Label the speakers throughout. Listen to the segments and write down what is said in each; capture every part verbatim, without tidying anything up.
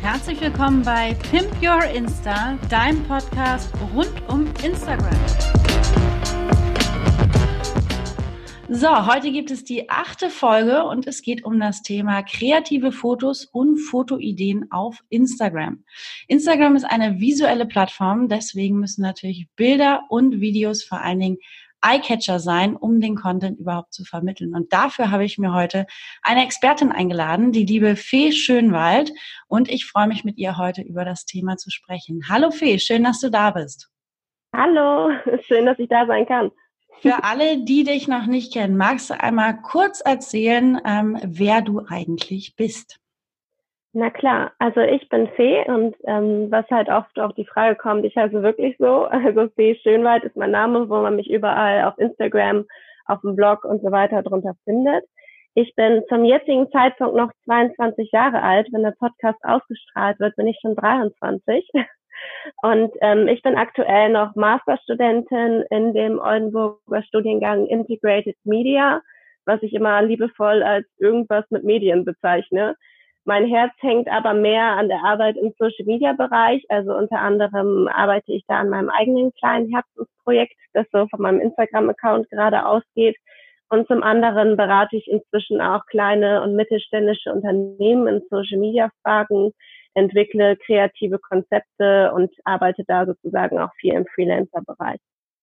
Speaker 1: Herzlich willkommen bei Pimp Your Insta, deinem Podcast rund um Instagram. So, heute gibt es die achte Folge und es geht um das Thema kreative Fotos und Fotoideen auf Instagram. Instagram ist eine visuelle Plattform, deswegen müssen natürlich Bilder und Videos vor allen Dingen Eyecatcher sein, um den Content überhaupt zu vermitteln. Und dafür habe ich mir heute eine Expertin eingeladen, die liebe Fee Schönwald. Und ich freue mich, mit ihr heute über das Thema zu sprechen. Hallo Fee, schön, dass du da bist.
Speaker 2: Hallo, schön, dass ich da sein kann.
Speaker 1: Für alle, die dich noch nicht kennen, magst du einmal kurz erzählen, ähm, wer du eigentlich bist?
Speaker 2: Na klar, also ich bin Fee und ähm, was halt oft auch die Frage kommt, ich heiße wirklich so, also Fee Schönwald ist mein Name, wo man mich überall auf Instagram, auf dem Blog und so weiter drunter findet. Ich bin zum jetzigen Zeitpunkt noch zweiundzwanzig Jahre alt. Wenn der Podcast ausgestrahlt wird, bin ich schon dreiundzwanzig. Und ähm, ich bin aktuell noch Masterstudentin in dem Oldenburger Studiengang Integrated Media, was ich immer liebevoll als irgendwas mit Medien bezeichne. Mein Herz hängt aber mehr an der Arbeit im Social-Media-Bereich. Also unter anderem arbeite ich da an meinem eigenen kleinen Herzensprojekt, das so von meinem Instagram-Account gerade ausgeht. Und zum anderen berate ich inzwischen auch kleine und mittelständische Unternehmen in Social-Media-Fragen, entwickle kreative Konzepte und arbeite da sozusagen auch viel im Freelancer-Bereich.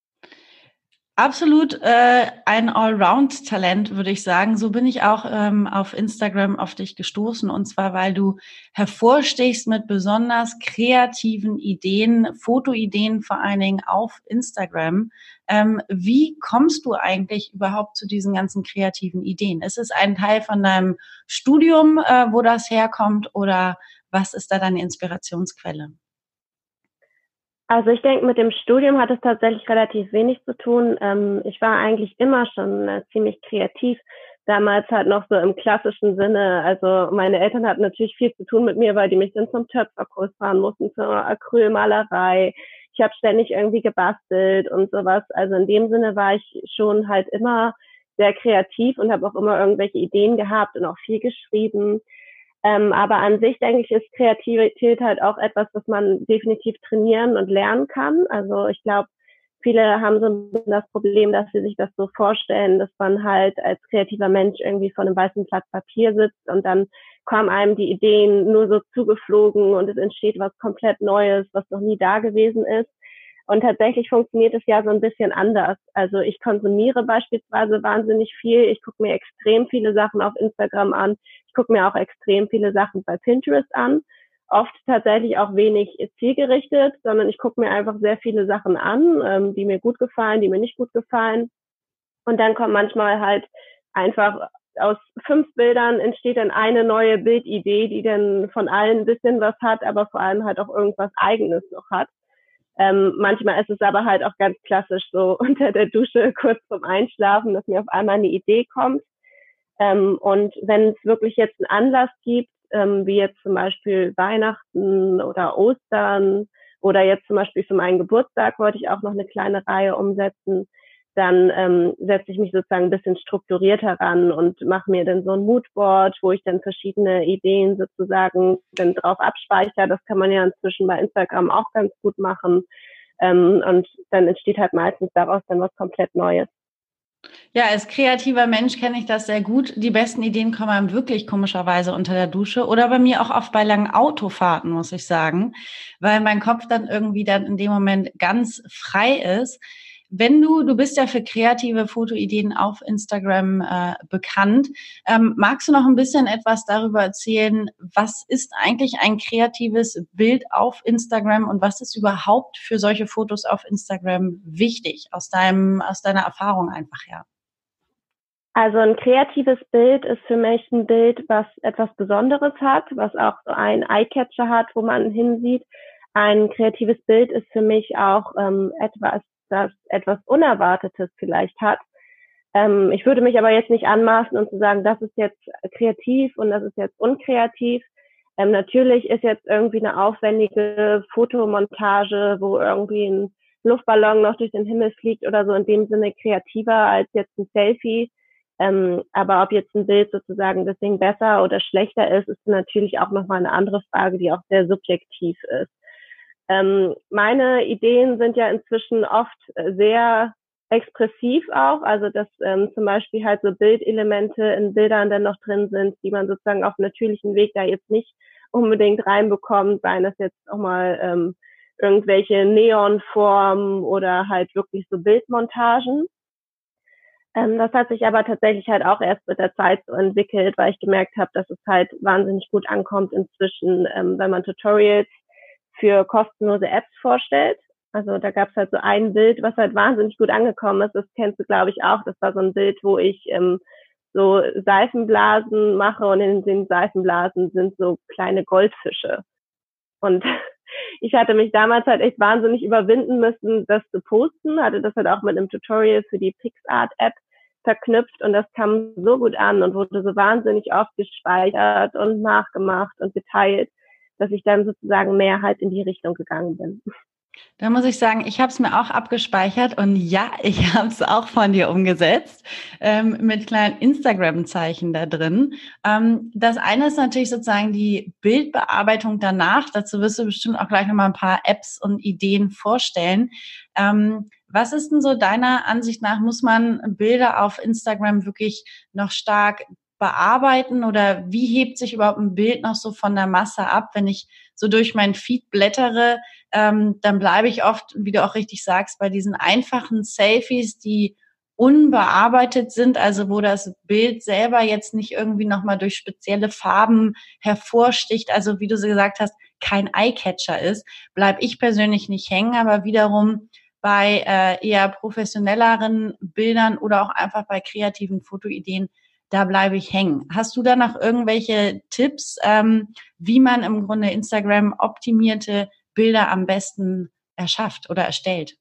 Speaker 1: Absolut äh, ein Allround-Talent, würde ich sagen. So bin ich auch ähm, auf Instagram auf dich gestoßen. Und zwar, weil du hervorstechst mit besonders kreativen Ideen, Fotoideen vor allen Dingen auf Instagram. Ähm, wie kommst du eigentlich überhaupt zu diesen ganzen kreativen Ideen? Ist es ein Teil von deinem Studium, äh, wo das herkommt, oder was ist da deine Inspirationsquelle?
Speaker 2: Also ich denke, mit dem Studium hat es tatsächlich relativ wenig zu tun. Ähm, ich war eigentlich immer schon äh, ziemlich kreativ. Damals halt noch so im klassischen Sinne. Also meine Eltern hatten natürlich viel zu tun mit mir, weil die mich dann zum Töpferkurs fahren mussten, zur Acrylmalerei. Ich habe ständig irgendwie gebastelt und sowas. Also in dem Sinne war ich schon halt immer sehr kreativ und habe auch immer irgendwelche Ideen gehabt und auch viel geschrieben. Ähm, aber an sich, denke ich, ist Kreativität halt auch etwas, was man definitiv trainieren und lernen kann. Also ich glaube, viele haben so ein bisschen das Problem, dass sie sich das so vorstellen, dass man halt als kreativer Mensch irgendwie vor einem weißen Blatt Papier sitzt und dann kommen einem die Ideen nur so zugeflogen und es entsteht was komplett Neues, was noch nie da gewesen ist. Und tatsächlich funktioniert es ja so ein bisschen anders. Also ich konsumiere beispielsweise wahnsinnig viel. Ich gucke mir extrem viele Sachen auf Instagram an. Ich gucke mir auch extrem viele Sachen bei Pinterest an. Oft tatsächlich auch wenig zielgerichtet, sondern ich gucke mir einfach sehr viele Sachen an, ähm, die mir gut gefallen, die mir nicht gut gefallen. Und dann kommt manchmal halt einfach aus fünf Bildern entsteht dann eine neue Bildidee, die dann von allen ein bisschen was hat, aber vor allem halt auch irgendwas Eigenes noch hat. Ähm, manchmal ist es aber halt auch ganz klassisch so unter der Dusche kurz vorm Einschlafen, dass mir auf einmal eine Idee kommt. Ähm, und wenn es wirklich jetzt einen Anlass gibt, ähm, wie jetzt zum Beispiel Weihnachten oder Ostern oder jetzt zum Beispiel für meinen Geburtstag wollte ich auch noch eine kleine Reihe umsetzen, dann ähm, setze ich mich sozusagen ein bisschen strukturiert heran und mache mir dann so ein Moodboard, wo ich dann verschiedene Ideen sozusagen dann drauf abspeichere. Das kann man ja inzwischen bei Instagram auch ganz gut machen. Ähm, und dann entsteht halt meistens daraus dann was komplett Neues.
Speaker 1: Ja, als kreativer Mensch kenne ich das sehr gut. Die besten Ideen kommen einem wirklich komischerweise unter der Dusche oder bei mir auch oft bei langen Autofahrten, muss ich sagen, weil mein Kopf dann irgendwie dann in dem Moment ganz frei ist. Wenn du, du bist ja für kreative Fotoideen auf Instagram äh, bekannt, ähm, magst du noch ein bisschen etwas darüber erzählen, was ist eigentlich ein kreatives Bild auf Instagram und was ist überhaupt für solche Fotos auf Instagram wichtig, aus deinem, aus deiner Erfahrung einfach her?
Speaker 2: Also ein kreatives Bild ist für mich ein Bild, was etwas Besonderes hat, was auch so ein Eyecatcher hat, wo man hinsieht. Ein kreatives Bild ist für mich auch ähm, etwas, das etwas Unerwartetes vielleicht hat. Ähm, ich würde mich aber jetzt nicht anmaßen und zu sagen, das ist jetzt kreativ und das ist jetzt unkreativ. Ähm, natürlich ist jetzt irgendwie eine aufwendige Fotomontage, wo irgendwie ein Luftballon noch durch den Himmel fliegt oder so, in dem Sinne kreativer als jetzt ein Selfie. Ähm, aber ob jetzt ein Bild sozusagen deswegen besser oder schlechter ist, ist natürlich auch nochmal eine andere Frage, die auch sehr subjektiv ist. Ähm, meine Ideen sind ja inzwischen oft sehr expressiv auch, also dass ähm, zum Beispiel halt so Bildelemente in Bildern dann noch drin sind, die man sozusagen auf natürlichen Weg da jetzt nicht unbedingt reinbekommt, seien das jetzt auch mal ähm, irgendwelche Neonformen oder halt wirklich so Bildmontagen. Ähm, das hat sich aber tatsächlich halt auch erst mit der Zeit so entwickelt, weil ich gemerkt habe, dass es halt wahnsinnig gut ankommt inzwischen, ähm, wenn man Tutorials für kostenlose Apps vorstellt. Also da gab es halt so ein Bild, was halt wahnsinnig gut angekommen ist. Das kennst du, glaube ich, auch. Das war so ein Bild, wo ich ähm, so Seifenblasen mache und in den Seifenblasen sind so kleine Goldfische. Und ich hatte mich damals halt echt wahnsinnig überwinden müssen, das zu posten. Hatte das halt auch mit einem Tutorial für die PixArt-App verknüpft und das kam so gut an und wurde so wahnsinnig oft gespeichert und nachgemacht und geteilt, dass ich dann sozusagen mehr halt in die Richtung gegangen bin.
Speaker 1: Da muss ich sagen, ich habe es mir auch abgespeichert und ja, ich habe es auch von dir umgesetzt, ähm, mit kleinen Instagram-Zeichen da drin. Ähm, das eine ist natürlich sozusagen die Bildbearbeitung danach. Dazu wirst du bestimmt auch gleich nochmal ein paar Apps und Ideen vorstellen. Ähm, was ist denn so deiner Ansicht nach, muss man Bilder auf Instagram wirklich noch stark bearbeiten oder wie hebt sich überhaupt ein Bild noch so von der Masse ab, wenn ich so durch mein Feed blättere? Ähm, dann bleibe ich oft, wie du auch richtig sagst, bei diesen einfachen Selfies, die unbearbeitet sind, also wo das Bild selber jetzt nicht irgendwie nochmal durch spezielle Farben hervorsticht, also wie du so gesagt hast, kein Eyecatcher ist, bleibe ich persönlich nicht hängen, aber wiederum bei äh, eher professionelleren Bildern oder auch einfach bei kreativen Fotoideen, da bleibe ich hängen. Hast du da noch irgendwelche Tipps, ähm, wie man im Grunde Instagram optimierte Bilder am besten erschafft oder erstellt?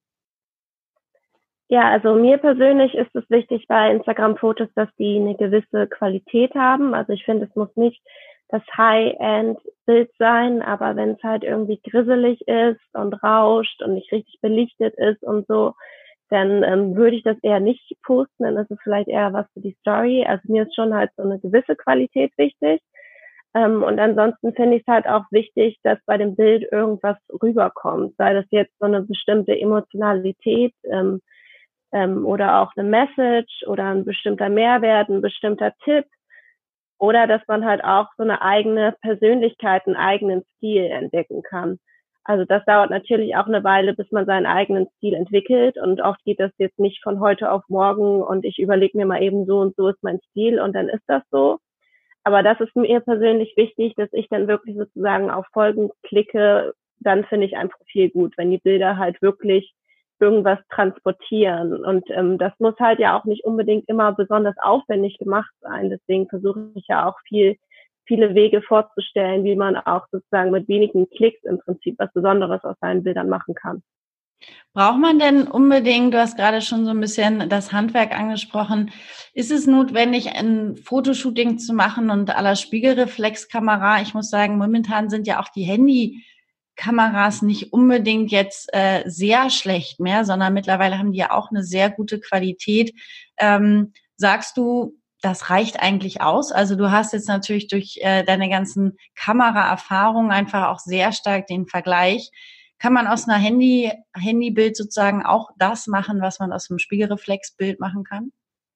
Speaker 2: Ja, also mir persönlich ist es wichtig bei Instagram-Fotos, dass die eine gewisse Qualität haben. Also ich finde, es muss nicht das High-End-Bild sein, aber wenn es halt irgendwie grisselig ist und rauscht und nicht richtig belichtet ist und so, dann ähm, würde ich das eher nicht posten, dann ist es vielleicht eher was für die Story. Also mir ist schon halt so eine gewisse Qualität wichtig. Ähm, und ansonsten finde ich es halt auch wichtig, dass bei dem Bild irgendwas rüberkommt, sei das jetzt so eine bestimmte Emotionalität, ähm, ähm, oder auch eine Message oder ein bestimmter Mehrwert, ein bestimmter Tipp oder dass man halt auch so eine eigene Persönlichkeit, einen eigenen Stil entdecken kann. Also das dauert natürlich auch eine Weile, bis man seinen eigenen Stil entwickelt und oft geht das jetzt nicht von heute auf morgen und ich überlege mir mal eben so und so ist mein Stil und dann ist das so. Aber das ist mir persönlich wichtig, dass ich dann wirklich sozusagen auf Folgen klicke, dann finde ich ein Profil gut, wenn die Bilder halt wirklich irgendwas transportieren. Und ähm, das muss halt ja auch nicht unbedingt immer besonders aufwendig gemacht sein. Deswegen versuche ich ja auch viel, viele Wege vorzustellen, wie man auch sozusagen mit wenigen Klicks im Prinzip was Besonderes aus seinen Bildern machen kann.
Speaker 1: Braucht man denn unbedingt, du hast gerade schon so ein bisschen das Handwerk angesprochen, ist es notwendig, ein Fotoshooting zu machen und à la Spiegelreflexkamera? Ich muss sagen, momentan sind ja auch die Handykameras nicht unbedingt jetzt äh, sehr schlecht mehr, sondern mittlerweile haben die ja auch eine sehr gute Qualität. Ähm, sagst du, das reicht eigentlich aus? Also du hast jetzt natürlich durch äh, deine ganzen Kameraerfahrungen einfach auch sehr stark den Vergleich. Kann man aus einer Handy, Handybild sozusagen auch das machen, was man aus einem Spiegelreflexbild machen kann?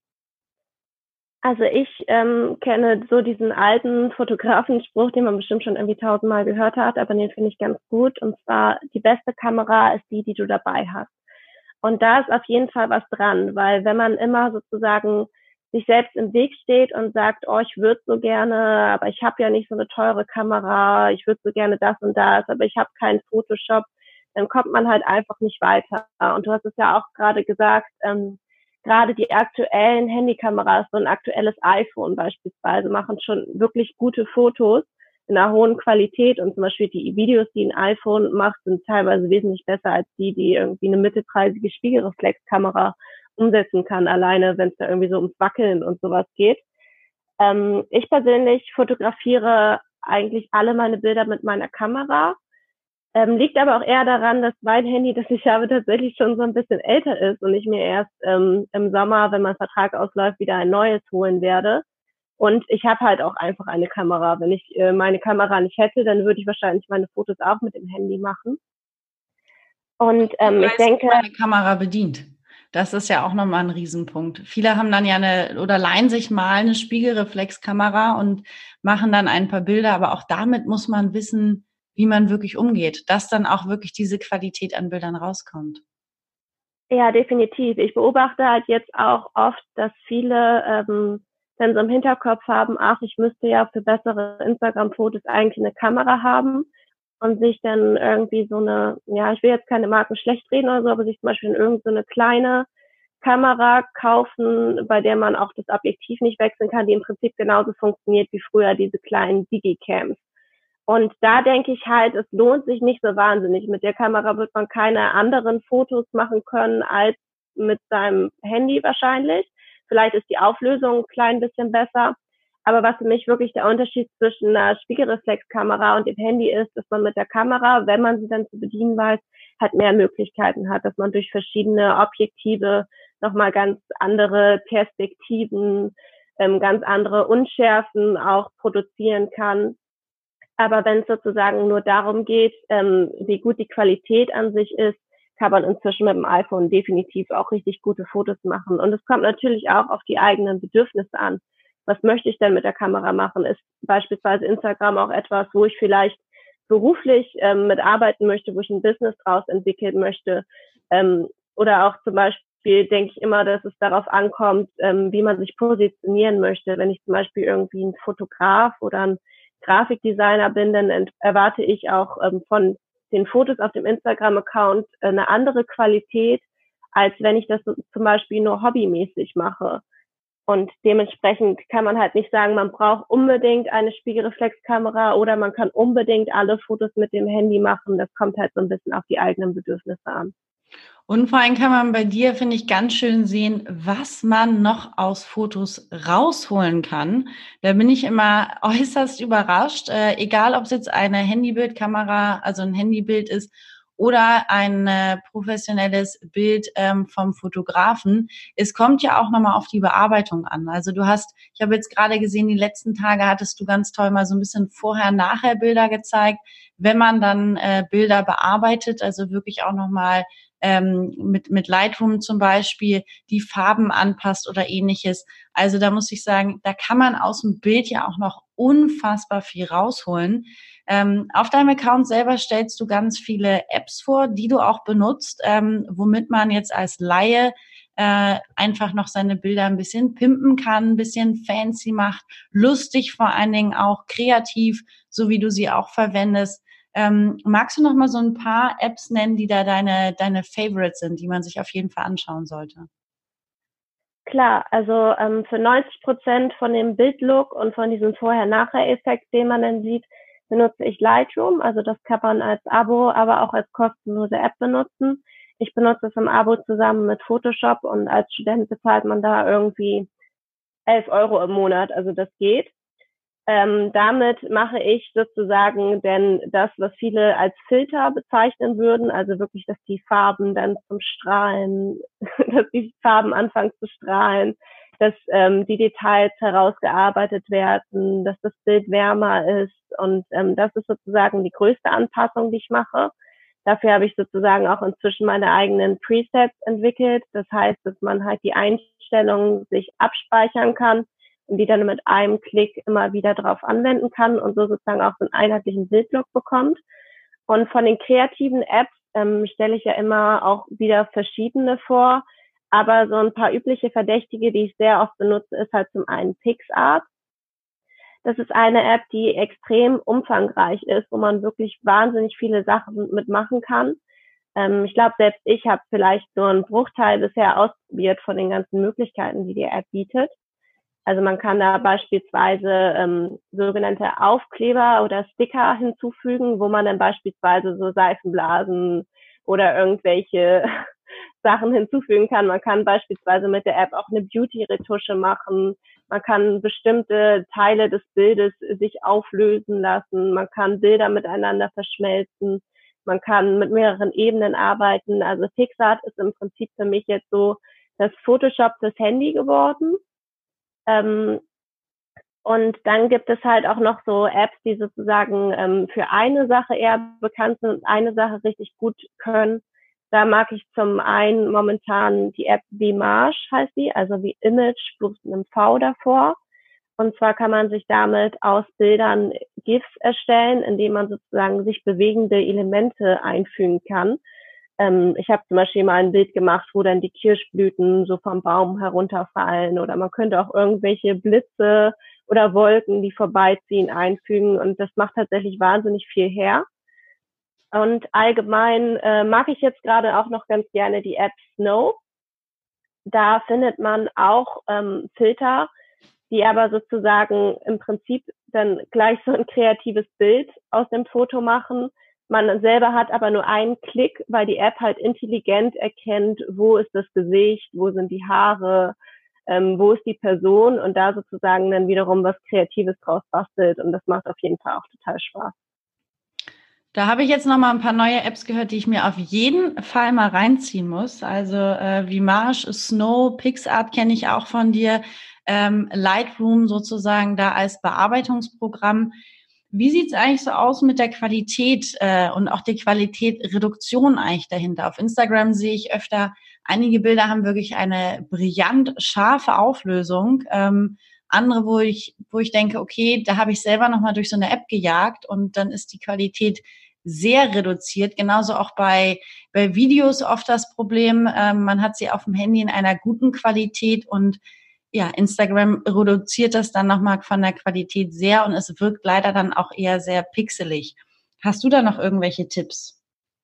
Speaker 2: Also ich ähm, kenne so diesen alten Fotografenspruch, den man bestimmt schon irgendwie tausendmal gehört hat, aber den finde ich ganz gut. Und zwar, die beste Kamera ist die, die du dabei hast. Und da ist auf jeden Fall was dran, weil wenn man immer sozusagen sich selbst im Weg steht und sagt, oh, ich würde so gerne, aber ich habe ja nicht so eine teure Kamera, ich würde so gerne das und das, aber ich habe keinen Photoshop, dann kommt man halt einfach nicht weiter. Und du hast es ja auch gerade gesagt, ähm, gerade die aktuellen Handykameras, so ein aktuelles iPhone beispielsweise, machen schon wirklich gute Fotos in einer hohen Qualität und zum Beispiel die Videos, die ein iPhone macht, sind teilweise wesentlich besser als die, die irgendwie eine mittelpreisige Spiegelreflexkamera umsetzen kann, alleine wenn es da irgendwie so ums Wackeln und sowas geht. Ähm, ich persönlich fotografiere eigentlich alle meine Bilder mit meiner Kamera. Ähm, liegt aber auch eher daran, dass mein Handy, das ich habe, tatsächlich schon so ein bisschen älter ist und ich mir erst ähm, im Sommer, wenn mein Vertrag ausläuft, wieder ein neues holen werde. Und ich habe halt auch einfach eine Kamera. Wenn ich äh, meine Kamera nicht hätte, dann würde ich wahrscheinlich meine Fotos auch mit dem Handy machen. Und ähm, ich
Speaker 1: Weißt,
Speaker 2: denke,
Speaker 1: wie man eine Kamera bedient. Das ist ja auch nochmal ein Riesenpunkt. Viele haben dann ja eine oder leihen sich mal eine Spiegelreflexkamera und machen dann ein paar Bilder, aber auch damit muss man wissen, wie man wirklich umgeht, dass dann auch wirklich diese Qualität an Bildern rauskommt.
Speaker 2: ja, definitiv. Ich beobachte halt jetzt auch oft, dass viele ähm, dann so im Hinterkopf haben, ach, ich müsste ja für bessere Instagram-Fotos eigentlich eine Kamera haben und sich dann irgendwie so eine, ja, ich will jetzt keine Marken schlecht reden oder so, aber sich zum Beispiel in irgendeine so eine kleine Kamera kaufen, bei der man auch das Objektiv nicht wechseln kann, die im Prinzip genauso funktioniert wie früher diese kleinen Digicams. Und da denke ich halt, es lohnt sich nicht so wahnsinnig. Mit der Kamera wird man keine anderen Fotos machen können als mit seinem Handy wahrscheinlich. Vielleicht ist die Auflösung ein klein bisschen besser. Aber was für mich wirklich der Unterschied zwischen einer Spiegelreflexkamera und dem Handy ist, dass man mit der Kamera, wenn man sie dann zu bedienen weiß, halt mehr Möglichkeiten hat, dass man durch verschiedene Objektive nochmal ganz andere Perspektiven, ähm, ganz andere Unschärfen auch produzieren kann. Aber wenn es sozusagen nur darum geht, ähm, wie gut die Qualität an sich ist, kann man inzwischen mit dem iPhone definitiv auch richtig gute Fotos machen. Und es kommt natürlich auch auf die eigenen Bedürfnisse an. Was möchte ich denn mit der Kamera machen? Ist beispielsweise Instagram auch etwas, wo ich vielleicht beruflich ähm, mitarbeiten möchte, wo ich ein Business draus entwickeln möchte? Ähm, oder auch zum Beispiel denke ich immer, dass es darauf ankommt, ähm, wie man sich positionieren möchte. Wenn ich zum Beispiel irgendwie ein Fotograf oder ein Grafikdesigner bin, dann erwarte ich auch ähm, von den Fotos auf dem Instagram-Account äh, eine andere Qualität, als wenn ich das so, zum Beispiel nur hobbymäßig mache. Und dementsprechend kann man halt nicht sagen, man braucht unbedingt eine Spiegelreflexkamera oder man kann unbedingt alle Fotos mit dem Handy machen. Das kommt halt so ein bisschen auf die eigenen Bedürfnisse an.
Speaker 1: Und vor allem kann man bei dir, finde ich, ganz schön sehen, was man noch aus Fotos rausholen kann. Da bin ich immer äußerst überrascht, äh, egal ob es jetzt eine Handybildkamera, also ein Handybild ist oder ein äh, professionelles Bild ähm, vom Fotografen. Es kommt ja auch nochmal auf die Bearbeitung an. Also du hast, ich habe jetzt gerade gesehen, die letzten Tage hattest du ganz toll mal so ein bisschen Vorher-Nachher-Bilder gezeigt. Wenn man dann äh, Bilder bearbeitet, also wirklich auch nochmal ähm, mit, mit Lightroom zum Beispiel die Farben anpasst oder ähnliches. Also da muss ich sagen, da kann man aus dem Bild ja auch noch unfassbar viel rausholen. Ähm, auf deinem Account selber stellst du ganz viele Apps vor, die du auch benutzt, ähm, womit man jetzt als Laie äh, einfach noch seine Bilder ein bisschen pimpen kann, ein bisschen fancy macht, lustig vor allen Dingen auch, kreativ, so wie du sie auch verwendest. Ähm, magst du noch mal so ein paar Apps nennen, die da deine, deine Favorites sind, die man sich auf jeden Fall anschauen sollte?
Speaker 2: Klar, also ähm, für neunzig Prozent von dem Bildlook und von diesem Vorher-Nachher-Effekt, den man dann sieht, benutze ich Lightroom. Also das kann man als Abo, aber auch als kostenlose App benutzen. Ich benutze es im Abo zusammen mit Photoshop und als Student bezahlt man da irgendwie elf Euro im Monat. Also das geht. Ähm, damit mache ich sozusagen denn das, was viele als Filter bezeichnen würden, also wirklich, dass die Farben dann zum Strahlen, dass die Farben anfangen zu strahlen, dass ähm, die Details herausgearbeitet werden, dass das Bild wärmer ist und ähm, das ist sozusagen die größte Anpassung, die ich mache. Dafür habe ich sozusagen auch inzwischen meine eigenen Presets entwickelt. Das heißt, dass man halt die Einstellungen sich abspeichern kann und die dann mit einem Klick immer wieder drauf anwenden kann und so sozusagen auch so einen einheitlichen Bildlook bekommt. Und von den kreativen Apps ähm, stelle ich ja immer auch wieder verschiedene vor, aber so ein paar übliche Verdächtige, die ich sehr oft benutze, ist halt zum einen PixArt. Das ist eine App, die extrem umfangreich ist, wo man wirklich wahnsinnig viele Sachen mitmachen kann. Ähm, ich glaube, selbst ich habe vielleicht nur einen Bruchteil bisher ausprobiert von den ganzen Möglichkeiten, die die App bietet. Also man kann da beispielsweise ähm, sogenannte Aufkleber oder Sticker hinzufügen, wo man dann beispielsweise so Seifenblasen oder irgendwelche Sachen hinzufügen kann. Man kann beispielsweise mit der App auch eine Beauty-Retusche machen. Man kann bestimmte Teile des Bildes sich auflösen lassen. Man kann Bilder miteinander verschmelzen. Man kann mit mehreren Ebenen arbeiten. Also PixArt ist im Prinzip für mich jetzt so das Photoshop fürs Handy geworden. Ähm, und dann gibt es halt auch noch so Apps, die sozusagen ähm, für eine Sache eher bekannt sind und eine Sache richtig gut können. Da mag ich zum einen momentan die App Vimage, heißt die, also wie Image plus einem V davor. Und zwar kann man sich damit aus Bildern GIFs erstellen, indem man sozusagen sich bewegende Elemente einfügen kann. Ähm, ich habe zum Beispiel mal ein Bild gemacht, wo dann die Kirschblüten so vom Baum herunterfallen, oder man könnte auch irgendwelche Blitze oder Wolken, die vorbeiziehen, einfügen, und das macht tatsächlich wahnsinnig viel her. Und allgemein äh, mag ich jetzt gerade auch noch ganz gerne die App Snow. Da findet man auch ähm, Filter, die aber sozusagen im Prinzip dann gleich so ein kreatives Bild aus dem Foto machen. Man selber hat aber nur einen Klick, weil die App halt intelligent erkennt, wo ist das Gesicht, wo sind die Haare, ähm, wo ist die Person, und da sozusagen dann wiederum was Kreatives draus bastelt, und das macht auf jeden Fall auch total Spaß.
Speaker 1: Da habe ich jetzt noch mal ein paar neue Apps gehört, die ich mir auf jeden Fall mal reinziehen muss. Also äh, Vimage, Snow, PixArt kenne ich auch von dir. Ähm, Lightroom sozusagen da als Bearbeitungsprogramm. Wie sieht es eigentlich so aus mit der Qualität äh, und auch die Qualitätreduktion eigentlich dahinter? Auf Instagram sehe ich öfter, einige Bilder haben wirklich eine brillant scharfe Auflösung. Ähm, andere, wo ich, wo ich denke, okay, da habe ich selber noch mal durch so eine App gejagt und dann ist die Qualität sehr reduziert. Genauso auch bei, bei Videos oft das Problem, ähm, man hat sie auf dem Handy in einer guten Qualität und ja, Instagram reduziert das dann nochmal von der Qualität sehr und es wirkt leider dann auch eher sehr pixelig. Hast du da noch irgendwelche Tipps?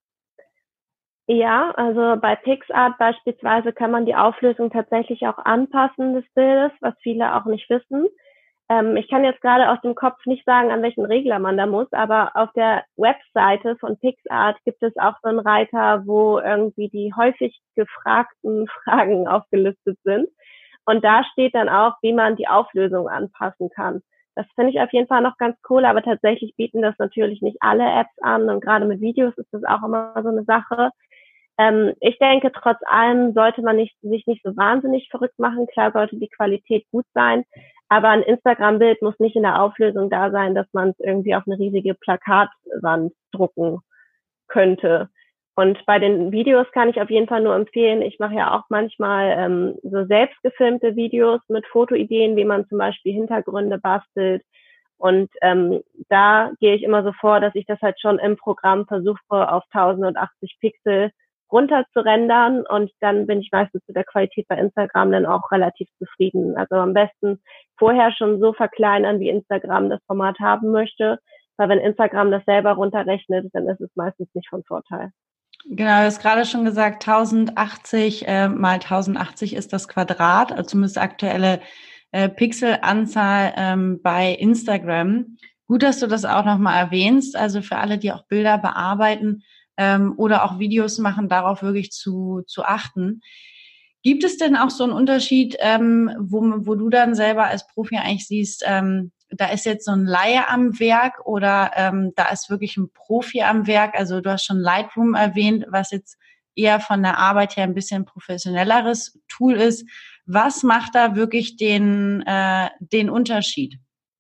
Speaker 2: Ja, also bei PixArt beispielsweise kann man die Auflösung tatsächlich auch anpassen des Bildes, was viele auch nicht wissen. Ähm, ich kann jetzt gerade aus dem Kopf nicht sagen, an welchen Regler man da muss, aber auf der Webseite von PixArt gibt es auch so einen Reiter, wo irgendwie die häufig gefragten Fragen aufgelistet sind. Und da steht dann auch, wie man die Auflösung anpassen kann. Das finde ich auf jeden Fall noch ganz cool, aber tatsächlich bieten das natürlich nicht alle Apps an, und gerade mit Videos ist das auch immer so eine Sache. Ähm, ich denke, trotz allem sollte man nicht, sich nicht so wahnsinnig verrückt machen. Klar sollte die Qualität gut sein, aber ein Instagram-Bild muss nicht in der Auflösung da sein, dass man es irgendwie auf eine riesige Plakatwand drucken könnte. Und bei den Videos kann ich auf jeden Fall nur empfehlen, ich mache ja auch manchmal ähm, so selbst gefilmte Videos mit Fotoideen, wie man zum Beispiel Hintergründe bastelt. Und ähm, da gehe ich immer so vor, dass ich das halt schon im Programm versuche, auf tausendachtzig Pixel runter zu rendern, und dann bin ich meistens mit der Qualität bei Instagram dann auch relativ zufrieden. Also am besten vorher schon so verkleinern, wie Instagram das Format haben möchte, weil wenn Instagram das selber runterrechnet, dann ist es meistens nicht von Vorteil.
Speaker 1: Genau, du hast gerade schon gesagt, tausendachtzig äh, mal tausendachtzig ist das Quadrat, also zumindest aktuelle äh, Pixelanzahl ähm, bei Instagram. Gut, dass du das auch nochmal erwähnst. Also für alle, die auch Bilder bearbeiten ähm, oder auch Videos machen, darauf wirklich zu, zu achten. Gibt es denn auch so einen Unterschied, ähm, wo, wo du dann selber als Profi eigentlich siehst, ähm, da ist jetzt so ein Laie am Werk oder ähm, da ist wirklich ein Profi am Werk? Also du hast schon Lightroom erwähnt, was jetzt eher von der Arbeit her ein bisschen professionelleres Tool ist. Was macht da wirklich den, äh, den Unterschied?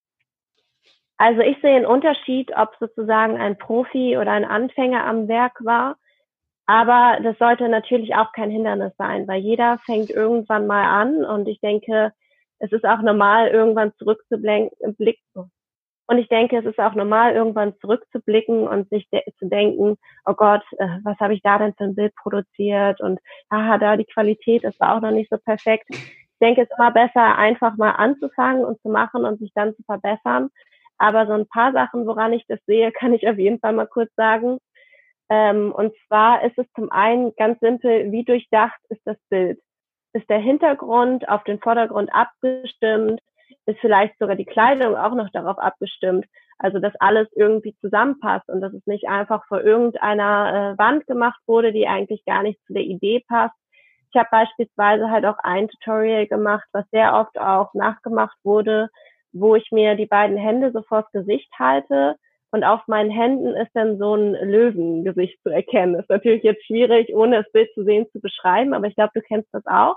Speaker 2: Also ich sehe einen Unterschied, ob sozusagen ein Profi oder ein Anfänger am Werk war. Aber das sollte natürlich auch kein Hindernis sein, weil jeder fängt irgendwann mal an, und ich denke, es ist auch normal, irgendwann zurückzublicken. Und ich denke, es ist auch normal, irgendwann zurückzublicken und sich de- zu denken, oh Gott, äh, was habe ich da denn für ein Bild produziert? Und haha, da die Qualität, das war auch noch nicht so perfekt. Ich denke, es ist immer besser, einfach mal anzufangen und zu machen und sich dann zu verbessern. Aber so ein paar Sachen, woran ich das sehe, kann ich auf jeden Fall mal kurz sagen. Ähm, und zwar ist es zum einen ganz simpel, wie durchdacht ist das Bild? Ist der Hintergrund auf den Vordergrund abgestimmt? Ist vielleicht sogar die Kleidung auch noch darauf abgestimmt? Also, dass alles irgendwie zusammenpasst und dass es nicht einfach vor irgendeiner äh, Wand gemacht wurde, die eigentlich gar nicht zu der Idee passt. Ich habe beispielsweise halt auch ein Tutorial gemacht, was sehr oft auch nachgemacht wurde, wo ich mir die beiden Hände so vors Gesicht halte Und auf meinen Händen ist dann so ein Löwengesicht zu erkennen. Ist natürlich jetzt schwierig, ohne das Bild zu sehen, zu beschreiben, aber ich glaube, du kennst das auch.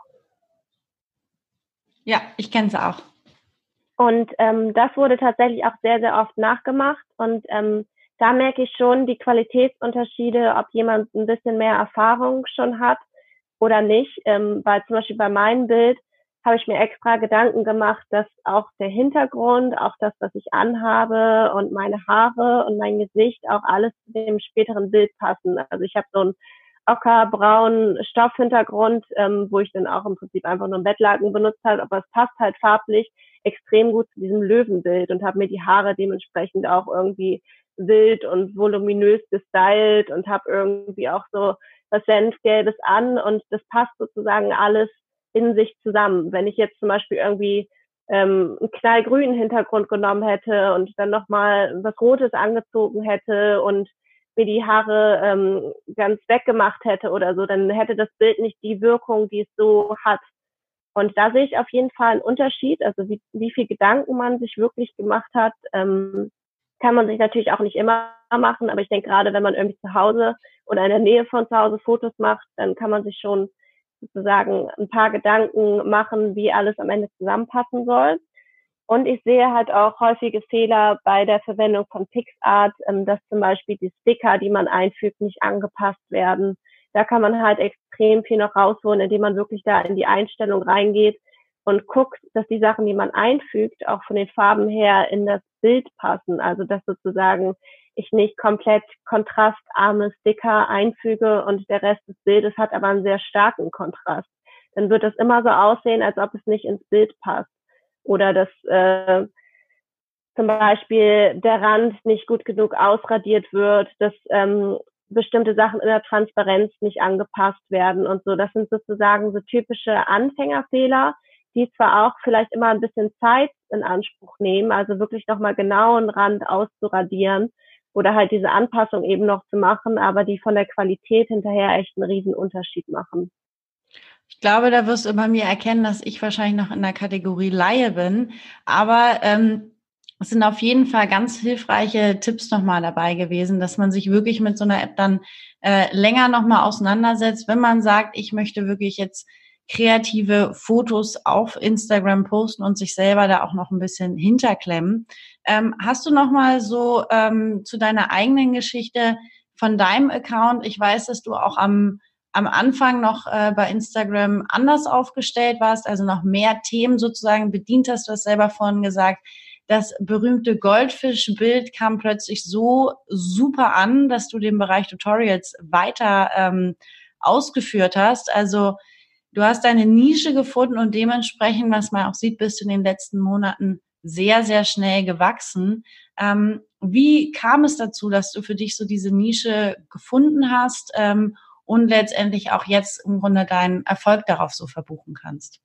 Speaker 1: Ja, ich kenne es auch.
Speaker 2: Und ähm, das wurde tatsächlich auch sehr, sehr oft nachgemacht. Und ähm, da merke ich schon die Qualitätsunterschiede, ob jemand ein bisschen mehr Erfahrung schon hat oder nicht. Ähm, weil zum Beispiel bei meinem Bild habe ich mir extra Gedanken gemacht, dass auch der Hintergrund, auch das, was ich anhabe und meine Haare und mein Gesicht auch alles zu dem späteren Bild passen. Also ich habe so einen ockerbraunen Stoffhintergrund, ähm, wo ich dann auch im Prinzip einfach nur einen Bettlaken benutzt habe, aber es passt halt farblich extrem gut zu diesem Löwenbild und habe mir die Haare dementsprechend auch irgendwie wild und voluminös gestylt und habe irgendwie auch so was Senfgelbes an und das passt sozusagen alles in sich zusammen. Wenn ich jetzt zum Beispiel irgendwie ähm, einen knallgrünen Hintergrund genommen hätte und dann nochmal was Rotes angezogen hätte und mir die Haare ähm, ganz weggemacht hätte oder so, dann hätte das Bild nicht die Wirkung, die es so hat. Und da sehe ich auf jeden Fall einen Unterschied, also wie, wie viel Gedanken man sich wirklich gemacht hat, ähm, kann man sich natürlich auch nicht immer machen, aber ich denke gerade, wenn man irgendwie zu Hause oder in der Nähe von zu Hause Fotos macht, dann kann man sich schon sozusagen ein paar Gedanken machen, wie alles am Ende zusammenpassen soll. Und ich sehe halt auch häufige Fehler bei der Verwendung von PixArt, ähm, dass zum Beispiel die Sticker, die man einfügt, nicht angepasst werden. Da kann man halt extrem viel noch rausholen, indem man wirklich da in die Einstellung reingeht und guckt, dass die Sachen, die man einfügt, auch von den Farben her in das Bild passen. Also dass sozusagen ich nicht komplett kontrastarme Sticker einfüge und der Rest des Bildes hat aber einen sehr starken Kontrast. Dann wird das immer so aussehen, als ob es nicht ins Bild passt. Oder dass äh, zum Beispiel der Rand nicht gut genug ausradiert wird, dass ähm, bestimmte Sachen in der Transparenz nicht angepasst werden und so. Das sind sozusagen so typische Anfängerfehler, die zwar auch vielleicht immer ein bisschen Zeit in Anspruch nehmen, also wirklich nochmal genau einen Rand auszuradieren oder halt diese Anpassung eben noch zu machen, aber die von der Qualität hinterher echt einen riesen Unterschied machen.
Speaker 1: Ich glaube, da wirst du bei mir erkennen, dass ich wahrscheinlich noch in der Kategorie Laie bin. Aber ähm, es sind auf jeden Fall ganz hilfreiche Tipps nochmal dabei gewesen, dass man sich wirklich mit so einer App dann äh, länger nochmal auseinandersetzt, wenn man sagt, ich möchte wirklich jetzt kreative Fotos auf Instagram posten und sich selber da auch noch ein bisschen hinterklemmen. Ähm, hast du nochmal so ähm, zu deiner eigenen Geschichte von deinem Account? Ich weiß, dass du auch am am Anfang noch äh, bei Instagram anders aufgestellt warst, also noch mehr Themen sozusagen bedient hast. Du hast selber vorhin gesagt, das berühmte Goldfischbild kam plötzlich so super an, dass du den Bereich Tutorials weiter ähm, ausgeführt hast. Also du hast deine Nische gefunden und dementsprechend, was man auch sieht, bist du in den letzten Monaten sehr, sehr schnell gewachsen. Ähm, wie kam es dazu, dass du für dich so diese Nische gefunden hast? Ähm, und letztendlich auch jetzt im Grunde deinen Erfolg darauf so verbuchen kannst?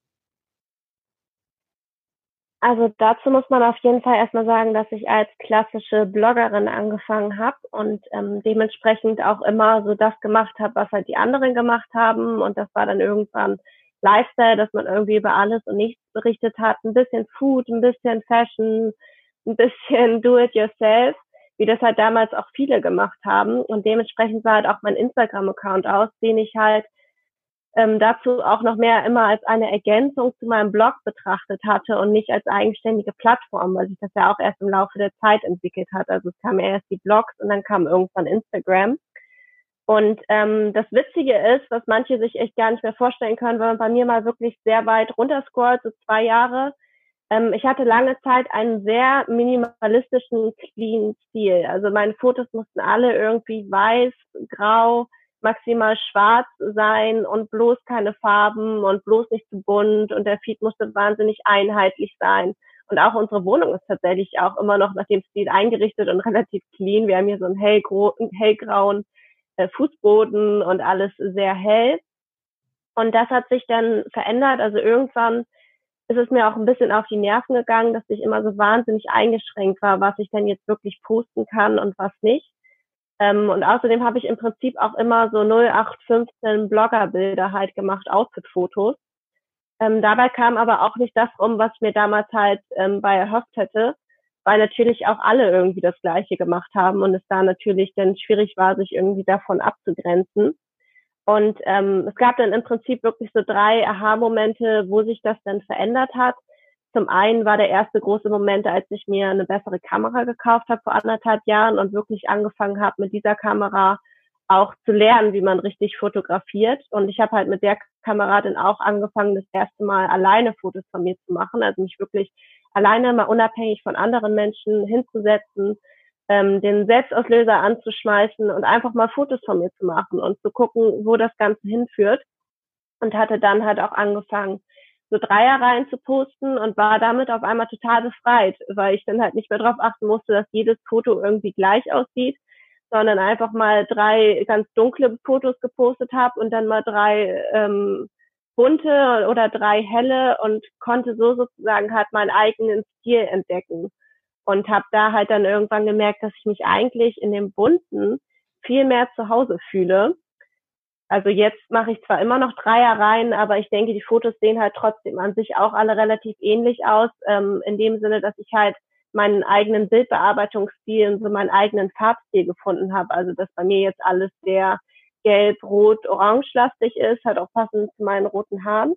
Speaker 2: Also dazu muss man auf jeden Fall erstmal sagen, dass ich als klassische Bloggerin angefangen habe und ähm, dementsprechend auch immer so das gemacht habe, was halt die anderen gemacht haben. Und das war dann irgendwann Lifestyle, dass man irgendwie über alles und nichts berichtet hat. Ein bisschen Food, ein bisschen Fashion, ein bisschen Do-it-yourself, wie das halt damals auch viele gemacht haben. Und dementsprechend sah halt auch mein Instagram-Account aus, den ich halt ähm, dazu auch noch mehr immer als eine Ergänzung zu meinem Blog betrachtet hatte und nicht als eigenständige Plattform, weil sich das ja auch erst im Laufe der Zeit entwickelt hat. Also es kamen erst die Blogs und dann kam irgendwann Instagram. Und ähm, das Witzige ist, was manche sich echt gar nicht mehr vorstellen können, wenn man bei mir mal wirklich sehr weit runterscrollt, so zwei Jahre. Ähm, ich hatte lange Zeit einen sehr minimalistischen, clean Stil. Also meine Fotos mussten alle irgendwie weiß, grau, maximal schwarz sein und bloß keine Farben und bloß nicht zu bunt und der Feed musste wahnsinnig einheitlich sein. Und auch unsere Wohnung ist tatsächlich auch immer noch nach dem Stil eingerichtet und relativ clean. Wir haben hier so einen hellgro- hellgrauen äh, Fußboden und alles sehr hell. Und das hat sich dann verändert. Also irgendwann ist es mir auch ein bisschen auf die Nerven gegangen, dass ich immer so wahnsinnig eingeschränkt war, was ich denn jetzt wirklich posten kann und was nicht. Ähm, und außerdem habe ich im Prinzip auch immer so null acht fünfzehn Bloggerbilder halt gemacht, Outfit-Fotos. Ähm, dabei kam aber auch nicht das rum, was ich mir damals halt ähm, bei erhofft hätte. weil natürlich auch alle irgendwie das Gleiche gemacht haben und es da natürlich dann schwierig war, sich irgendwie davon abzugrenzen. Und ähm, es gab dann im Prinzip wirklich so drei Aha-Momente, wo sich das dann verändert hat. Zum einen war der erste große Moment, als ich mir eine bessere Kamera gekauft habe vor anderthalb Jahren und wirklich angefangen habe, mit dieser Kamera auch zu lernen, wie man richtig fotografiert. Und ich habe halt mit der Kamera dann auch angefangen, das erste Mal alleine Fotos von mir zu machen, also mich wirklich alleine mal unabhängig von anderen Menschen hinzusetzen, ähm, den Selbstauslöser anzuschmeißen und einfach mal Fotos von mir zu machen und zu gucken, wo das Ganze hinführt. Und hatte dann halt auch angefangen, so Dreierreihen zu posten und war damit auf einmal total befreit, weil ich dann halt nicht mehr darauf achten musste, dass jedes Foto irgendwie gleich aussieht, sondern einfach mal drei ganz dunkle Fotos gepostet habe und dann mal drei ähm, bunte oder drei helle und konnte so sozusagen halt meinen eigenen Stil entdecken. Und habe da halt dann irgendwann gemerkt, dass ich mich eigentlich in dem Bunten viel mehr zu Hause fühle. Also jetzt mache ich zwar immer noch Dreierreihen, aber ich denke, die Fotos sehen halt trotzdem an sich auch alle relativ ähnlich aus, ähm, in dem Sinne, dass ich halt meinen eigenen Bildbearbeitungsstil und so meinen eigenen Farbstil gefunden habe. Also dass bei mir jetzt alles sehr gelb, rot, orange-lastig ist, halt auch passend zu meinen roten Haaren.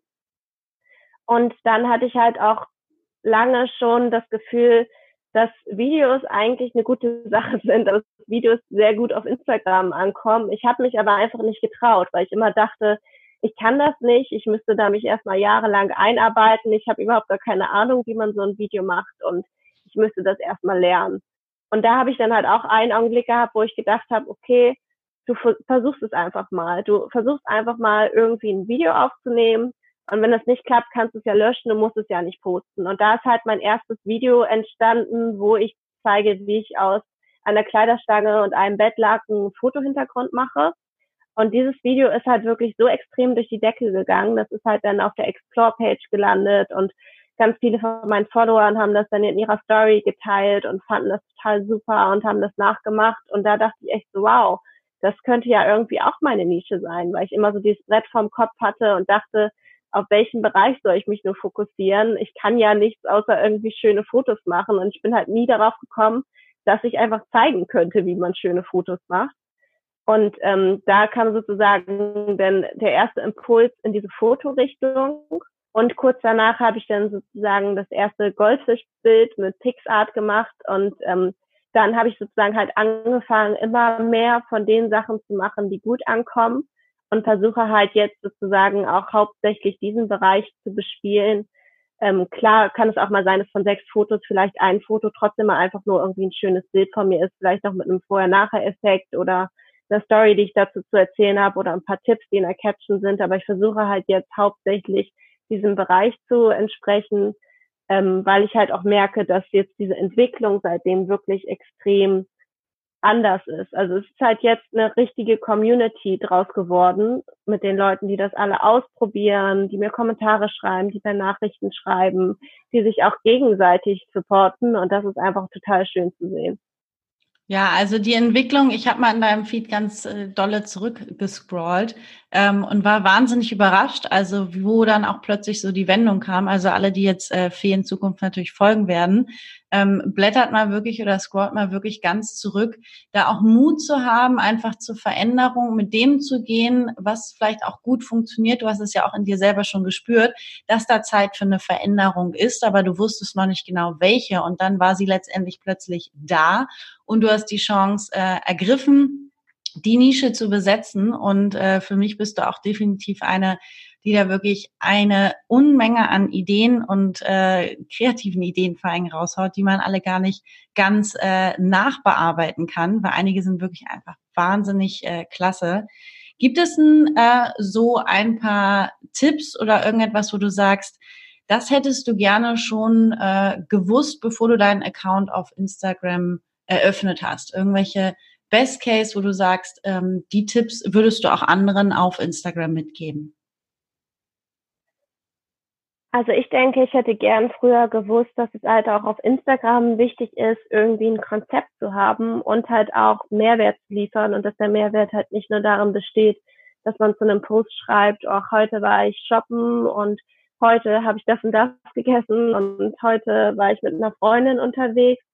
Speaker 2: Und dann hatte ich halt auch lange schon das Gefühl, dass Videos eigentlich eine gute Sache sind, dass Videos sehr gut auf Instagram ankommen. Ich habe mich aber einfach nicht getraut, weil ich immer dachte, ich kann das nicht, ich müsste da mich erstmal jahrelang einarbeiten, ich habe überhaupt gar keine Ahnung, wie man so ein Video macht und ich müsste das erstmal lernen. Und da habe ich dann halt auch einen Augenblick gehabt, wo ich gedacht habe, okay, du versuchst es einfach mal. Du versuchst einfach mal irgendwie ein Video aufzunehmen. Und wenn das nicht klappt, kannst du es ja löschen, du musst es ja nicht posten. Und da ist halt mein erstes Video entstanden, wo ich zeige, wie ich aus einer Kleiderstange und einem Bettlaken einen Fotohintergrund mache. Und dieses Video ist halt wirklich so extrem durch die Decke gegangen. Das ist halt dann auf der Explore-Page gelandet und ganz viele von meinen Followern haben das dann in ihrer Story geteilt und fanden das total super und haben das nachgemacht. Und da dachte ich echt so, wow, das könnte ja irgendwie auch meine Nische sein, weil ich immer so dieses Brett vorm Kopf hatte und dachte, auf welchen Bereich soll ich mich nur fokussieren? Ich kann ja nichts außer irgendwie schöne Fotos machen und ich bin halt nie darauf gekommen, dass ich einfach zeigen könnte, wie man schöne Fotos macht. Und ähm, da kam sozusagen dann der erste Impuls in diese Fotorichtung. Und kurz danach habe ich dann sozusagen das erste Goldfischbild mit PixArt gemacht und ähm, dann habe ich sozusagen halt angefangen, immer mehr von den Sachen zu machen, die gut ankommen und versuche halt jetzt sozusagen auch hauptsächlich diesen Bereich zu bespielen. Ähm, klar kann es auch mal sein, dass von sechs Fotos vielleicht ein Foto trotzdem mal einfach nur irgendwie ein schönes Bild von mir ist, vielleicht noch mit einem Vorher-Nachher-Effekt oder eine Story, die ich dazu zu erzählen habe oder ein paar Tipps, die in der Caption sind. Aber ich versuche halt jetzt hauptsächlich diesem Bereich zu entsprechen, ähm, weil ich halt auch merke, dass jetzt diese Entwicklung seitdem wirklich extrem anders ist. Also es ist halt jetzt eine richtige Community draus geworden mit den Leuten, die das alle ausprobieren, die mir Kommentare schreiben, die mir Nachrichten schreiben, die sich auch gegenseitig supporten und das ist einfach total schön zu sehen.
Speaker 1: Ja, also die Entwicklung, ich habe mal in deinem Feed ganz äh, dolle zurückgescrollt ähm, und war wahnsinnig überrascht, also wo dann auch plötzlich so die Wendung kam. Also alle, die jetzt äh, Fee in Zukunft natürlich folgen werden, ähm, blättert mal wirklich oder scrollt mal wirklich ganz zurück, da auch Mut zu haben, einfach zur Veränderung, mit dem zu gehen, was vielleicht auch gut funktioniert. Du hast es ja auch in dir selber schon gespürt, dass da Zeit für eine Veränderung ist, aber du wusstest noch nicht genau welche und dann war sie letztendlich plötzlich da. Und du hast die Chance äh, ergriffen, die Nische zu besetzen. Und äh, für mich bist du auch definitiv eine, die da wirklich eine Unmenge an Ideen und äh, kreativen Ideen vor allem raushaut, die man alle gar nicht ganz äh, nachbearbeiten kann, weil einige sind wirklich einfach wahnsinnig äh, klasse. Gibt es denn äh, so ein paar Tipps oder irgendetwas, wo du sagst, das hättest du gerne schon äh, gewusst, bevor du deinen Account auf Instagram eröffnet hast? Irgendwelche Best Case, wo du sagst, ähm, die Tipps würdest du auch anderen auf Instagram mitgeben?
Speaker 2: Also ich denke, ich hätte gern früher gewusst, dass es halt auch auf Instagram wichtig ist, irgendwie ein Konzept zu haben und halt auch Mehrwert zu liefern und dass der Mehrwert halt nicht nur darin besteht, dass man zu einem Post schreibt, auch heute war ich shoppen und heute habe ich das und das gegessen und heute war ich mit einer Freundin unterwegs,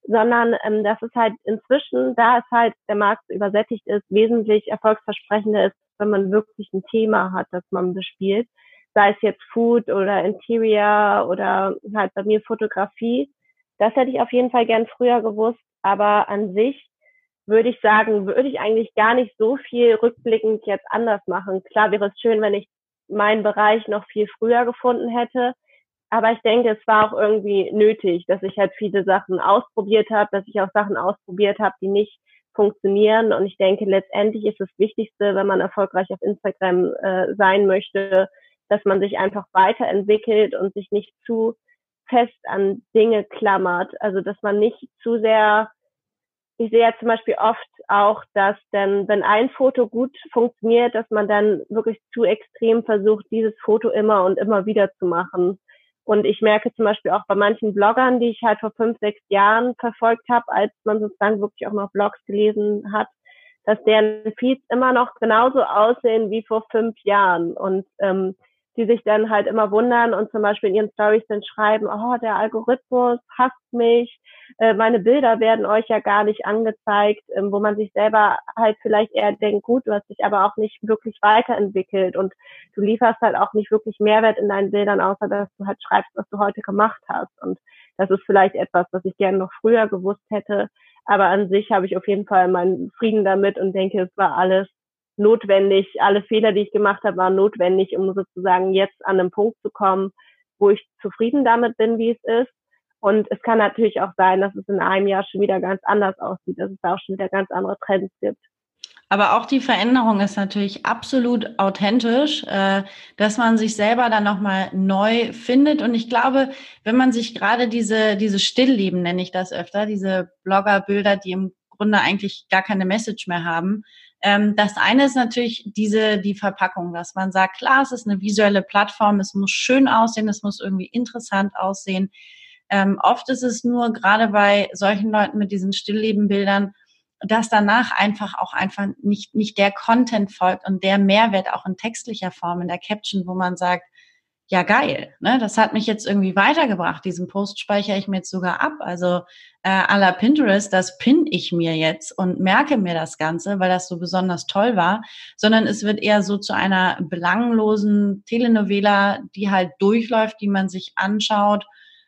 Speaker 2: sondern ähm, dass es halt inzwischen, da es halt der Markt übersättigt ist, wesentlich erfolgsversprechender ist, wenn man wirklich ein Thema hat, das man bespielt, sei es jetzt Food oder Interior oder halt bei mir Fotografie. Das hätte ich auf jeden Fall gern früher gewusst, aber an sich würde ich sagen, würde ich eigentlich gar nicht so viel rückblickend jetzt anders machen. Klar wäre es schön, wenn ich meinen Bereich noch viel früher gefunden hätte, aber ich denke, es war auch irgendwie nötig, dass ich halt viele Sachen ausprobiert habe, dass ich auch Sachen ausprobiert habe, die nicht funktionieren. Und ich denke, letztendlich ist das Wichtigste, wenn man erfolgreich auf Instagram äh, sein möchte, dass man sich einfach weiterentwickelt und sich nicht zu fest an Dinge klammert. Also dass man nicht zu sehr, ich sehe ja zum Beispiel oft auch, dass dann, wenn ein Foto gut funktioniert, dass man dann wirklich zu extrem versucht, dieses Foto immer und immer wieder zu machen. Und ich merke zum Beispiel auch bei manchen Bloggern, die ich halt vor fünf, sechs Jahren verfolgt habe, als man sozusagen wirklich auch noch Blogs gelesen hat, dass deren Feeds immer noch genauso aussehen wie vor fünf Jahren. Und ähm, die sich dann halt immer wundern und zum Beispiel in ihren Stories dann schreiben, oh, der Algorithmus hasst mich, äh, meine Bilder werden euch ja gar nicht angezeigt, ähm, wo man sich selber halt vielleicht eher denkt, gut, du hast dich aber auch nicht wirklich weiterentwickelt und du lieferst halt auch nicht wirklich Mehrwert in deinen Bildern, außer dass du halt schreibst, was du heute gemacht hast. Und das ist vielleicht etwas, was ich gerne noch früher gewusst hätte, aber an sich habe ich auf jeden Fall meinen Frieden damit und denke, es war alles notwendig. Alle Fehler, die ich gemacht habe, waren notwendig, um sozusagen jetzt an einen Punkt zu kommen, wo ich zufrieden damit bin, wie es ist. Und es kann natürlich auch sein, dass es in einem Jahr schon wieder ganz anders aussieht, dass es da auch schon wieder ganz andere Trends gibt.
Speaker 1: Aber auch die Veränderung ist natürlich absolut authentisch, äh, dass man sich selber dann nochmal neu findet. Und ich glaube, wenn man sich gerade diese, diese Stillleben, nenne ich das öfter, diese Bloggerbilder, die im Grunde eigentlich gar keine Message mehr haben. Ähm, das eine ist natürlich diese, die Verpackung, dass man sagt, klar, es ist eine visuelle Plattform, es muss schön aussehen, es muss irgendwie interessant aussehen. Ähm, oft ist es nur gerade bei solchen Leuten mit diesen Stilllebenbildern, dass danach einfach auch einfach nicht, nicht der Content folgt und der Mehrwert auch in textlicher Form, in der Caption, wo man sagt, ja geil, ne, das hat mich jetzt irgendwie weitergebracht. Diesen Post speichere ich mir jetzt sogar ab. Also äh, à la Pinterest, das pin ich mir jetzt und merke mir das Ganze, weil das so besonders toll war, sondern es wird eher so zu einer belanglosen Telenovela, die halt durchläuft, die man sich anschaut,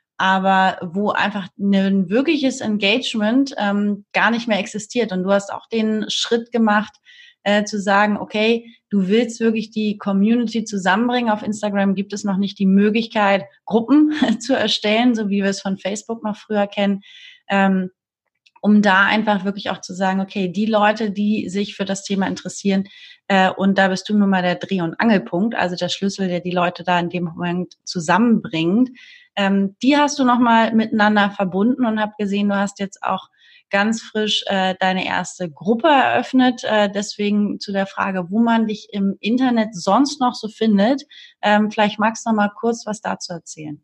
Speaker 1: aber wo einfach ein wirkliches Engagement ähm, gar nicht mehr existiert. Und du hast auch den Schritt gemacht, äh, zu sagen, okay, du willst wirklich die Community zusammenbringen. Auf Instagram gibt es noch nicht die Möglichkeit, Gruppen zu erstellen, so wie wir es von Facebook noch früher kennen, ähm, um da einfach wirklich auch zu sagen, okay, die Leute, die sich für das Thema interessieren, äh, und da bist du nun mal der Dreh- und Angelpunkt, also der Schlüssel, der die Leute da in dem Moment zusammenbringt, ähm, die hast du nochmal miteinander verbunden und habe gesehen, du hast jetzt auch ganz frisch äh, deine erste Gruppe eröffnet. Äh, deswegen zu der Frage, wo man dich im Internet sonst noch so findet. Ähm, vielleicht magst du noch mal kurz was dazu erzählen.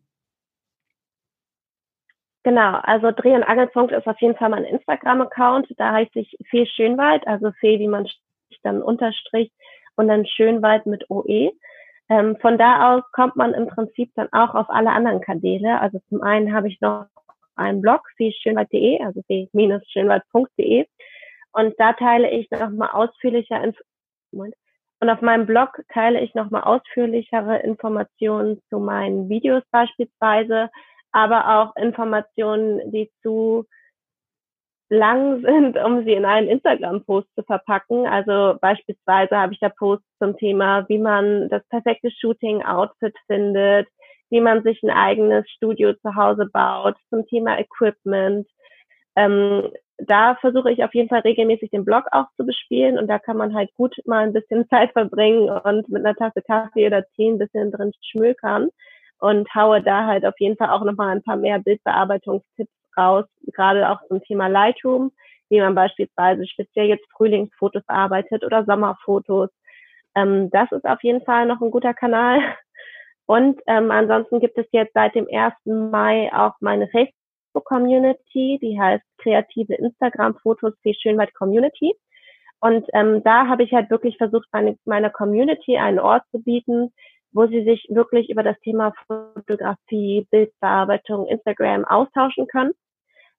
Speaker 2: Genau, also Dreh- und Angelpunkt ist auf jeden Fall mein Instagram-Account. Da heiße ich Fee Schönwald, also Fee, wie man dann unterstrich und dann Schönwald mit O E. Ähm, von da aus kommt man im Prinzip dann auch auf alle anderen Kanäle. Also zum einen habe ich noch einen Blog, fee schönwald punkt de, also fee schönwald punkt de. Und da teile ich nochmal ausführlicher Inf und auf meinem Blog teile ich nochmal ausführlichere Informationen zu meinen Videos beispielsweise, aber auch Informationen, die zu lang sind, um sie in einen Instagram-Post zu verpacken. Also beispielsweise habe ich da Posts zum Thema, wie man das perfekte Shooting-Outfit findet, wie man sich ein eigenes Studio zu Hause baut, zum Thema Equipment. Ähm, da versuche ich auf jeden Fall regelmäßig den Blog auch zu bespielen und da kann man halt gut mal ein bisschen Zeit verbringen und mit einer Tasse Kaffee oder Tee ein bisschen drin schmökern und haue da halt auf jeden Fall auch nochmal ein paar mehr Bildbearbeitungstipps raus, gerade auch zum Thema Lightroom, wie man beispielsweise speziell jetzt Frühlingsfotos bearbeitet oder Sommerfotos. Ähm, das ist auf jeden Fall noch ein guter Kanal. Und ähm, ansonsten gibt es jetzt seit dem ersten Mai auch meine Facebook-Community, die heißt Kreative Instagram-Fotos Fee Schönwald Community. Und ähm, da habe ich halt wirklich versucht, meine, meiner Community einen Ort zu bieten, wo sie sich wirklich über das Thema Fotografie, Bildbearbeitung, Instagram austauschen können.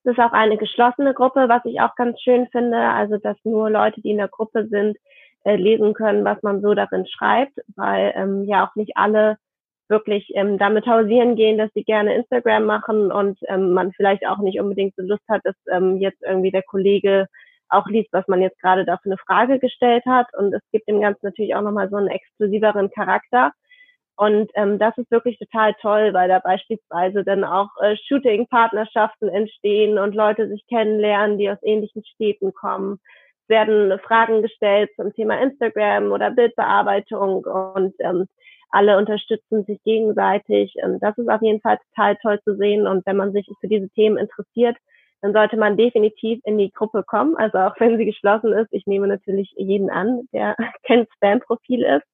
Speaker 2: Das ist auch eine geschlossene Gruppe, was ich auch ganz schön finde, also dass nur Leute, die in der Gruppe sind, äh, lesen können, was man so darin schreibt, weil ähm, ja auch nicht alle wirklich ähm, damit hausieren gehen, dass sie gerne Instagram machen und ähm, man vielleicht auch nicht unbedingt so Lust hat, dass ähm, jetzt irgendwie der Kollege auch liest, was man jetzt gerade da für eine Frage gestellt hat. Und es gibt dem Ganzen natürlich auch nochmal so einen exklusiveren Charakter. Und ähm, das ist wirklich total toll, weil da beispielsweise dann auch äh, Shooting-Partnerschaften entstehen und Leute sich kennenlernen, die aus ähnlichen Städten kommen. Es werden Fragen gestellt zum Thema Instagram oder Bildbearbeitung und ähm, alle unterstützen sich gegenseitig. Und das ist auf jeden Fall total toll zu sehen. Und wenn man sich für diese Themen interessiert, dann sollte man definitiv in die Gruppe kommen. Also auch wenn sie geschlossen ist. Ich nehme natürlich jeden an, der kein Spam-Profil ist.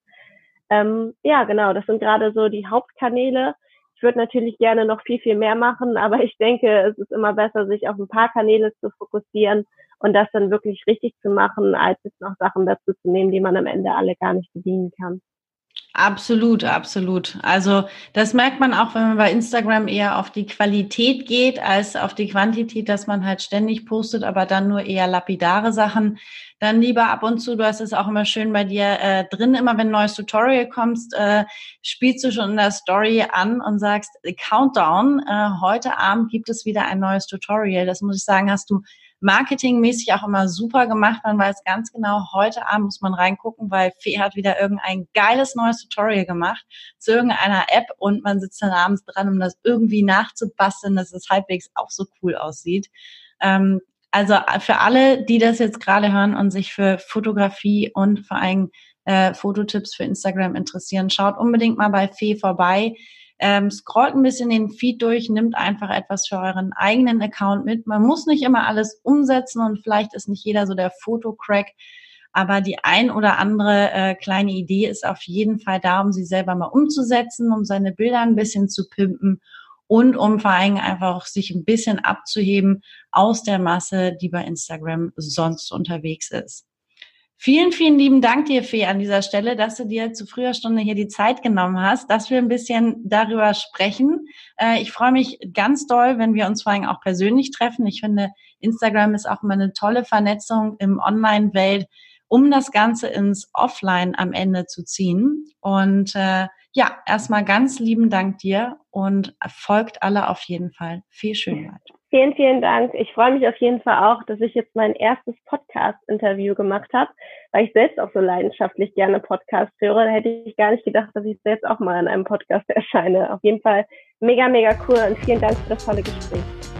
Speaker 2: Ähm, ja, genau, das sind gerade so die Hauptkanäle. Ich würde natürlich gerne noch viel, viel mehr machen, aber ich denke, es ist immer besser, sich auf ein paar Kanäle zu fokussieren und das dann wirklich richtig zu machen, als jetzt noch Sachen dazu zu nehmen, die man am Ende alle gar nicht bedienen kann.
Speaker 1: Absolut, absolut. Also das merkt man auch, wenn man bei Instagram eher auf die Qualität geht, als auf die Quantität, dass man halt ständig postet, aber dann nur eher lapidare Sachen. Dann lieber ab und zu, du hast es auch immer schön bei dir äh, drin, immer wenn ein neues Tutorial kommst, äh, spielst du schon in der Story an und sagst, Countdown, äh, heute Abend gibt es wieder ein neues Tutorial. Das muss ich sagen, hast du marketingmäßig auch immer super gemacht. Man weiß ganz genau, heute Abend muss man reingucken, weil Fee hat wieder irgendein geiles neues Tutorial gemacht zu irgendeiner App und man sitzt dann abends dran, um das irgendwie nachzubasteln, dass es halbwegs auch so cool aussieht. Ähm, also für alle, die das jetzt gerade hören und sich für Fotografie und vor allem äh, Fototipps für Instagram interessieren, schaut unbedingt mal bei Fee vorbei. Ähm, scrollt ein bisschen den Feed durch, nimmt einfach etwas für euren eigenen Account mit. Man muss nicht immer alles umsetzen und vielleicht ist nicht jeder so der Fotocrack, aber die ein oder andere äh, kleine Idee ist auf jeden Fall da, um sie selber mal umzusetzen, um seine Bilder ein bisschen zu pimpen und um vor allem einfach sich ein bisschen abzuheben aus der Masse, die bei Instagram sonst unterwegs ist. Vielen, vielen lieben Dank dir, Fee, an dieser Stelle, dass du dir zu früher Stunde hier die Zeit genommen hast, dass wir ein bisschen darüber sprechen. Äh, ich freue mich ganz doll, wenn wir uns vor allem auch persönlich treffen. Ich finde, Instagram ist auch immer eine tolle Vernetzung im Online-Welt, um das Ganze ins Offline am Ende zu ziehen. Und äh, ja, erstmal ganz lieben Dank dir und folgt alle auf jeden Fall. Fee Schönwald.
Speaker 2: Vielen, vielen Dank. Ich freue mich auf jeden Fall auch, dass ich jetzt mein erstes Podcast-Interview gemacht habe, weil ich selbst auch so leidenschaftlich gerne Podcasts höre. Da hätte ich gar nicht gedacht, dass ich selbst auch mal in einem Podcast erscheine. Auf jeden Fall mega, mega cool und vielen Dank für das tolle Gespräch.